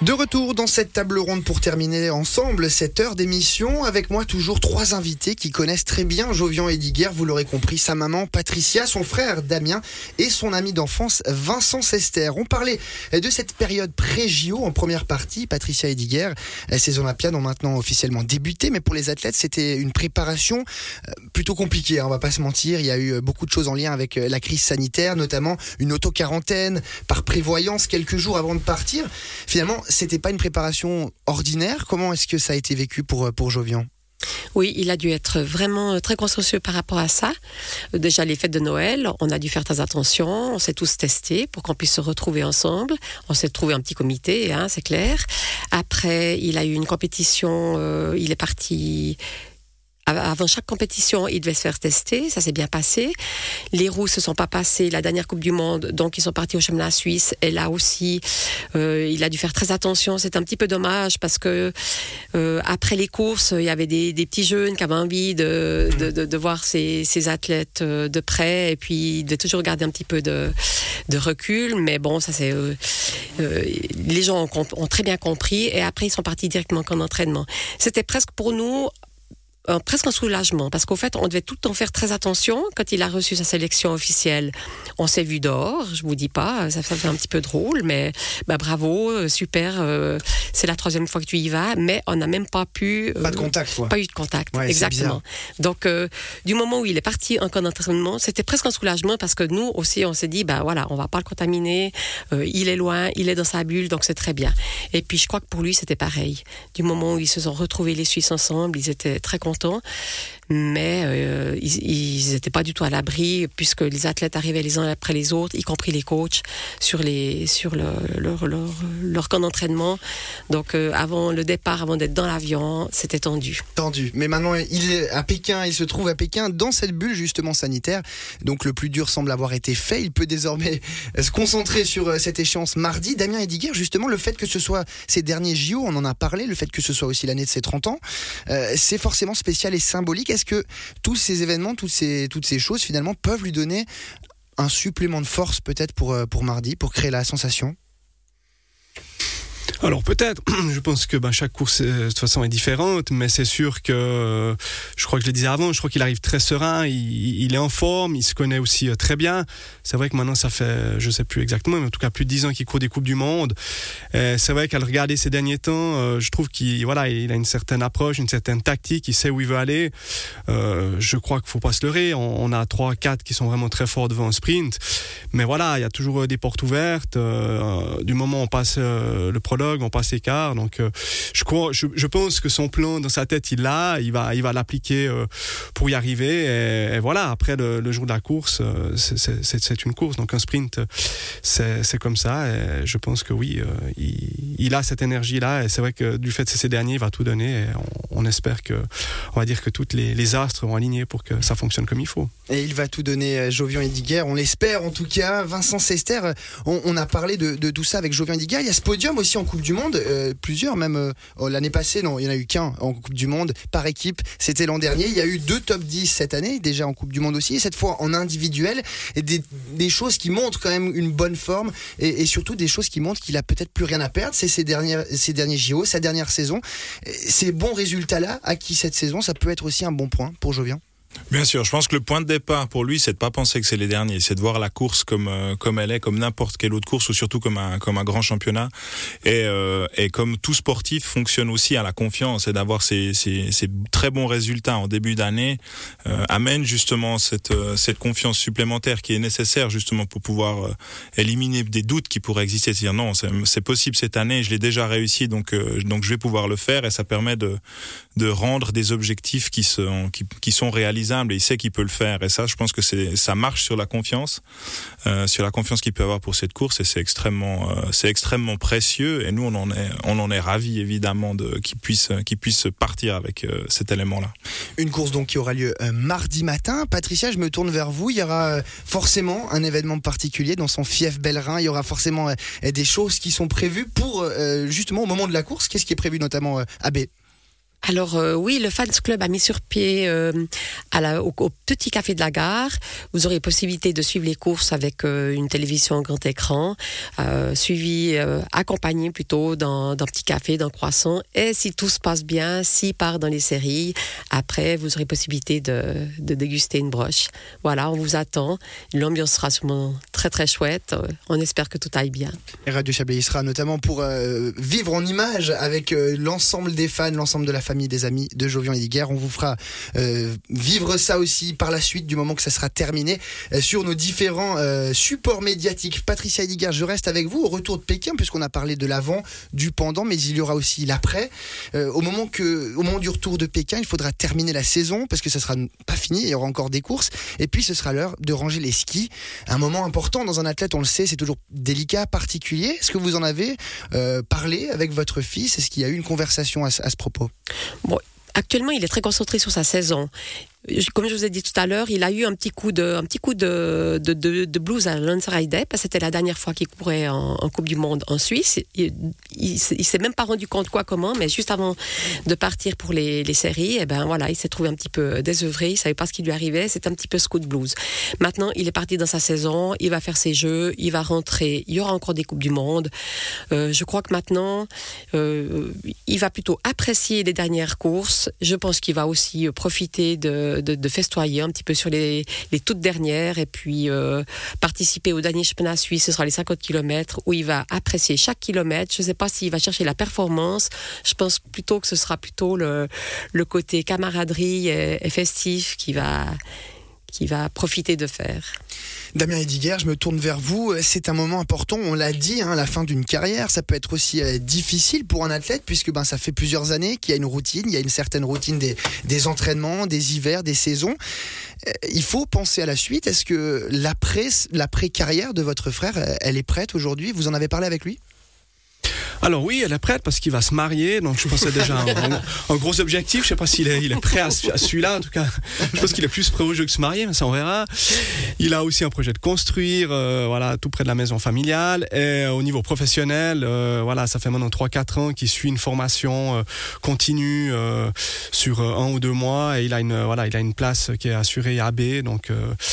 De retour dans cette table ronde pour terminer ensemble cette heure d'émission. Avec moi toujours trois invités qui connaissent très bien Jovian Hédiguer. Vous l'aurez compris, sa maman Patricia, son frère Damien et son ami d'enfance Vincent Sester. On parlait de cette période pré-JO en première partie. Patricia Hédiguer, ces Olympiades ont maintenant officiellement débuté, mais pour les athlètes c'était une préparation plutôt compliquée, on va pas se mentir. Il y a eu beaucoup de choses en lien avec la crise sanitaire, notamment une auto-quarantaine par prévoyance quelques jours avant de partir. Finalement, c'était pas une préparation ordinaire. Comment est-ce que ça a été vécu pour Jovian ? Oui, il a dû être vraiment très consciencieux par rapport à ça. Déjà, les fêtes de Noël, on a dû faire très attention. On s'est tous testés pour qu'on puisse se retrouver ensemble. On s'est trouvé un petit comité, c'est clair. Après, il a eu une compétition. Il est parti... Avant chaque compétition, il devait se faire tester. Ça s'est bien passé. Les roues se sont pas passées la dernière Coupe du Monde, donc ils sont partis au championnat suisse. Et là aussi, il a dû faire très attention. C'est un petit peu dommage parce que après les courses, il y avait des petits jeunes qui avaient envie de voir ces athlètes de près. Et puis, il devait toujours garder un petit peu de recul. Mais bon, ça c'est les gens ont très bien compris. Et après, ils sont partis directement en entraînement. C'était presque pour nous presque un soulagement, parce qu'au fait, on devait tout le temps faire très attention. Quand il a reçu sa sélection officielle, on s'est vu dehors, je vous dis pas, ça fait un petit peu drôle, mais bravo, super, c'est la 3e fois que tu y vas, mais on n'a même pas pu... pas de contact, quoi. Pas eu de contact, ouais, exactement. Donc, du moment où il est parti en camp d'entraînement, c'était presque un soulagement, parce que nous aussi, on s'est dit, voilà, on va pas le contaminer, il est loin, il est dans sa bulle, donc c'est très bien. Et puis, je crois que pour lui, c'était pareil. Du moment où ils se sont retrouvés les Suisses ensemble, ils étaient très contents, mais ils n'étaient pas du tout à l'abri, puisque les athlètes arrivaient les uns après les autres, y compris les coachs, sur leur camp d'entraînement. Donc avant le départ, avant d'être dans l'avion, c'était tendu. Mais maintenant, il est à Pékin, il se trouve à Pékin dans cette bulle justement sanitaire. Donc le plus dur semble avoir été fait. Il peut désormais se concentrer sur cette échéance mardi. Damien Hédiguer, justement, le fait que ce soit ces derniers JO, on en a parlé, le fait que ce soit aussi l'année de ses 30 ans, c'est forcément spécial et symbolique. Est-ce que tous ces événements, toutes ces choses finalement peuvent lui donner un supplément de force peut-être pour mardi, pour créer la sensation ? Alors peut-être, je pense que chaque course de toute façon est différente, mais c'est sûr que, je crois que je le disais avant, je crois qu'il arrive très serein, il est en forme, il se connaît aussi très bien. C'est vrai que maintenant ça fait, je sais plus exactement, mais en tout cas plus de 10 ans qu'il court des Coupes du Monde. Et c'est vrai qu'à le regarder ces derniers temps, je trouve qu'il a une certaine approche, une certaine tactique, il sait où il veut aller. Je crois qu'il faut pas se leurrer, on a 3-4 qui sont vraiment très forts devant un sprint, mais voilà, il y a toujours des portes ouvertes. Du moment où on passe le prologue, on passe l'écart, donc je pense que son plan dans sa tête il va l'appliquer pour y arriver, et voilà, après le jour de la course, c'est une course, donc un sprint c'est comme ça, et je pense que oui, il a cette énergie là, et c'est vrai que du fait de ces derniers il va tout donner, et on espère que, on va dire que toutes les astres vont aligner pour que ça fonctionne comme il faut. Et il va tout donner, Jovian Hédiguer, on l'espère en tout cas. Vincent Sester, on a parlé de tout ça avec Jovian Hédiguer. Il y a ce podium aussi en Coupe du Monde, plusieurs même, l'année passée, non, il n'y en a eu qu'un en Coupe du Monde par équipe, c'était l'an dernier. Il y a eu 2 top 10 cette année, déjà en Coupe du Monde aussi, et cette fois en individuel, et des choses qui montrent quand même une bonne forme, et surtout des choses qui montrent qu'il a peut-être plus rien à perdre. C'est ces derniers JO, sa dernière saison. Ces bons résultats-là, acquis cette saison, ça peut être aussi un bon point pour Jovian. Bien sûr, je pense que le point de départ pour lui, c'est de pas penser que c'est les derniers, c'est de voir la course comme elle est, comme n'importe quelle autre course, ou surtout comme un grand championnat. Et comme tout sportif fonctionne aussi à la confiance, et d'avoir ces très bons résultats en début d'année amène justement cette confiance supplémentaire qui est nécessaire justement pour pouvoir éliminer des doutes qui pourraient exister, c'est-à-dire non, c'est possible cette année, je l'ai déjà réussi, donc je vais pouvoir le faire, et ça permet de rendre des objectifs qui sont réalisables, et il sait qu'il peut le faire, et ça, je pense que ça marche sur la confiance qu'il peut avoir pour cette course, et c'est extrêmement précieux, et nous on en est ravis évidemment qu'il puisse partir avec cet élément-là. Une course donc qui aura lieu mardi matin. Patricia, je me tourne vers vous. Il y aura forcément un événement particulier dans son fief Bellerin. Il y aura forcément des choses qui sont prévues pour justement au moment de la course. Qu'est-ce qui est prévu notamment à B ? Alors oui, le Fans Club a mis sur pied au petit café de la gare. Vous aurez possibilité de suivre les courses avec une télévision grand écran, accompagné plutôt d'un petit café, d'un croissant. Et si tout se passe bien, s'il part dans les séries, après vous aurez possibilité de déguster une broche. Voilà, on vous attend. L'ambiance sera sûrement très très chouette. On espère que tout aille bien. Et Radio Chablais y sera notamment pour vivre en images avec l'ensemble des fans, l'ensemble de la famille, des amis de Jovian Hédiguer. On vous fera vivre ça aussi par la suite, du moment que ça sera terminé, sur nos différents supports médiatiques. Patricia Hédiguer, je reste avec vous au retour de Pékin, puisqu'on a parlé de l'avant, du pendant, mais il y aura aussi l'après. Au moment du retour de Pékin, il faudra terminer la saison, parce que ça sera pas fini, il y aura encore des courses, et puis ce sera l'heure de ranger les skis. Un moment important dans un athlète, on le sait, c'est toujours délicat, particulier. Est-ce que vous en avez parlé avec votre fils? Est-ce qu'il y a eu une conversation à ce propos? Bon, actuellement, il est très concentré sur sa saison. Comme je vous ai dit tout à l'heure, il a eu un petit coup de blues à Lanzarote, parce que c'était la dernière fois qu'il courait en Coupe du Monde en Suisse. Il s'est même pas rendu compte comment, mais juste avant de partir pour les séries, il s'est trouvé un petit peu désœuvré, il savait pas ce qui lui arrivait, c'est un petit peu ce coup de blues. Maintenant, il est parti dans sa saison, il va faire ses jeux, il va rentrer, il y aura encore des Coupes du Monde. Je crois que maintenant, il va plutôt apprécier les dernières courses. Je pense qu'il va aussi profiter de festoyer un petit peu sur les toutes dernières, et puis participer au dernier championnat suisse. Ce sera les 50 km où il va apprécier chaque kilomètre. Je ne sais pas s'il va chercher la performance. Je pense plutôt que ce sera plutôt le côté camaraderie et festif qui va profiter de faire. Damien Hédiguer, je me tourne vers vous. C'est un moment important, on l'a dit, la fin d'une carrière. Ça peut être aussi difficile pour un athlète, puisque ça fait plusieurs années qu'il y a une routine. Il y a une certaine routine des entraînements, des hivers, des saisons. Il faut penser à la suite. Est-ce que l'après-carrière de votre frère, elle est prête aujourd'hui? Vous en avez parlé avec lui? Alors oui, elle est prête parce qu'il va se marier, donc je pense que c'est déjà un gros objectif. Je sais pas s'il est prêt à celui-là, en tout cas. Je pense qu'il est plus prêt au jeu que se marier, mais ça on verra. Il a aussi un projet de construire, tout près de la maison familiale. Et au niveau professionnel, ça fait maintenant 3-4 ans qu'il suit une formation continue sur 1 ou 2 mois, et il a une place qui est assurée à AB, donc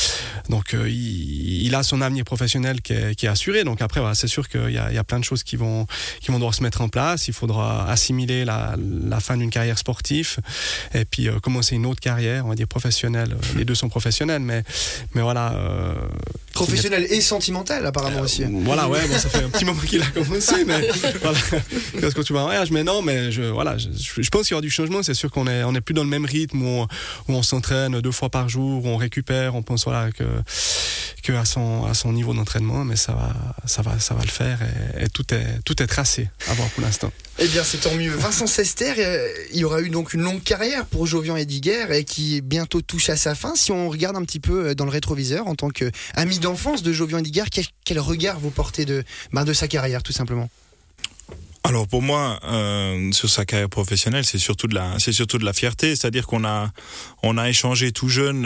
il a son avenir professionnel qui est assuré. Donc après, c'est sûr qu'il y a plein de choses qui vont devoir se mettre en place. Il faudra assimiler la fin d'une carrière sportive et puis commencer une autre carrière, on va dire professionnelle. Les deux sont professionnels, mais voilà. Professionnel et sentimental, apparemment aussi. Ça fait un petit moment qu'il a commencé, mais voilà. Parce que tu vas en mariage, mais non, mais je pense qu'il y aura du changement. C'est sûr qu'on est plus dans le même rythme où on s'entraîne 2 fois par jour, où on récupère. On pense que à son niveau d'entraînement, mais ça va le faire, et tout est tracé à voir pour l'instant. Eh bien, c'est tant mieux. Vincent Sester, il y aura eu donc une longue carrière pour Jovian Hédiguer, et qui bientôt touche à sa fin. Si on regarde un petit peu dans le rétroviseur, en tant qu'ami d'enfance de Jovian Hédiguer, quel regard vous portez de sa carrière, tout simplement? Alors pour moi, sur sa carrière professionnelle, c'est surtout de la fierté. C'est-à-dire qu'on a échangé tout jeune.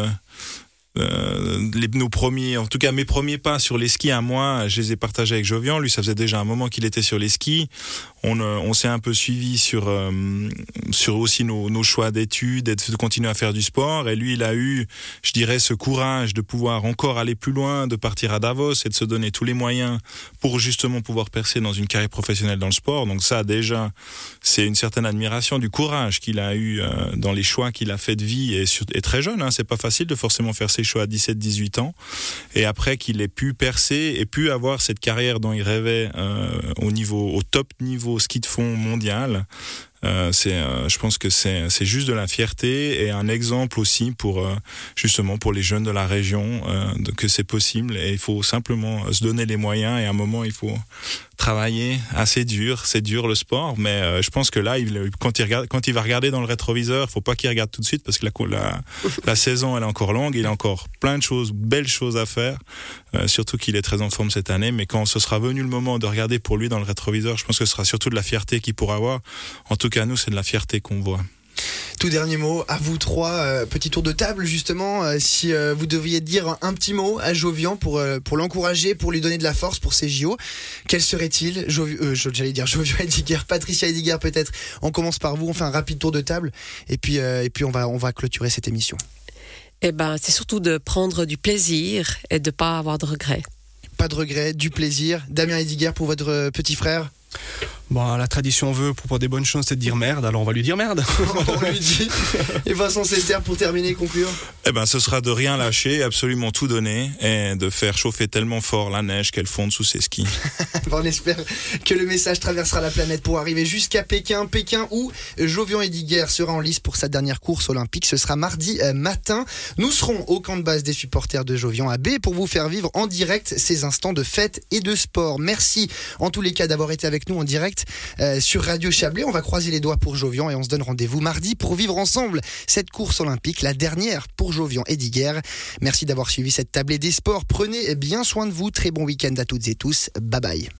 Mes premiers pas sur les skis à moi, je les ai partagés avec Jovian. Lui, ça faisait déjà un moment qu'il était sur les skis. On s'est un peu suivi sur aussi nos choix d'études, et de continuer à faire du sport. Et lui, il a eu, je dirais, ce courage de pouvoir encore aller plus loin, de partir à Davos et de se donner tous les moyens pour justement pouvoir percer dans une carrière professionnelle dans le sport. Donc ça, déjà, c'est une certaine admiration du courage qu'il a eu dans les choix qu'il a fait de vie, et très jeune. C'est pas facile de forcément faire ses choix à 17-18 ans. Et après qu'il ait pu percer et pu avoir cette carrière dont il rêvait au top niveau ski de fond mondial, je pense que c'est juste de la fierté, et un exemple aussi pour les jeunes de la région, que c'est possible, et il faut simplement se donner les moyens, et à un moment il faut travailler assez dur. C'est dur le sport, mais je pense que là, quand il va regarder dans le rétroviseur, faut pas qu'il regarde tout de suite, parce que la saison elle est encore longue, il a encore plein de choses, belles choses à faire, surtout qu'il est très en forme cette année. Mais quand ce sera venu le moment de regarder pour lui dans le rétroviseur, je pense que ce sera surtout de la fierté qu'il pourra avoir. En tout cas, nous, c'est de la fierté qu'on voit. Tout dernier mot à vous trois, petit tour de table justement, si vous deviez dire un petit mot à Jovian pour l'encourager, pour lui donner de la force pour ses JO, quel serait-il? J'allais dire Jovian Ediger, Patricia Ediger peut-être. On commence par vous, on fait un rapide tour de table et puis on va clôturer cette émission. C'est surtout de prendre du plaisir et de pas avoir de regrets. Pas de regrets, du plaisir. Damien Ediger pour votre petit frère. Bon, la tradition veut, pour des bonnes choses, c'est de dire merde, alors on va lui dire merde. On lui dit. Et Vincent Cester, pour terminer, conclure. Ce sera de rien lâcher, absolument tout donner et de faire chauffer tellement fort la neige qu'elle fonde sous ses skis. On espère que le message traversera la planète pour arriver jusqu'à Pékin où Jovian Ediger sera en lice pour sa dernière course olympique. Ce sera mardi matin. Nous serons au camp de base des supporters de Jovian à B pour vous faire vivre en direct ces instants de fête et de sport. Merci en tous les cas d'avoir été avec nous en direct sur Radio Chablais. On va croiser les doigts pour Jovian et on se donne rendez-vous mardi pour vivre ensemble cette course olympique, la dernière pour Jovian Ediger. Merci d'avoir suivi cette tablée des sports. Prenez bien soin de vous. Très bon week-end à toutes et tous. Bye bye.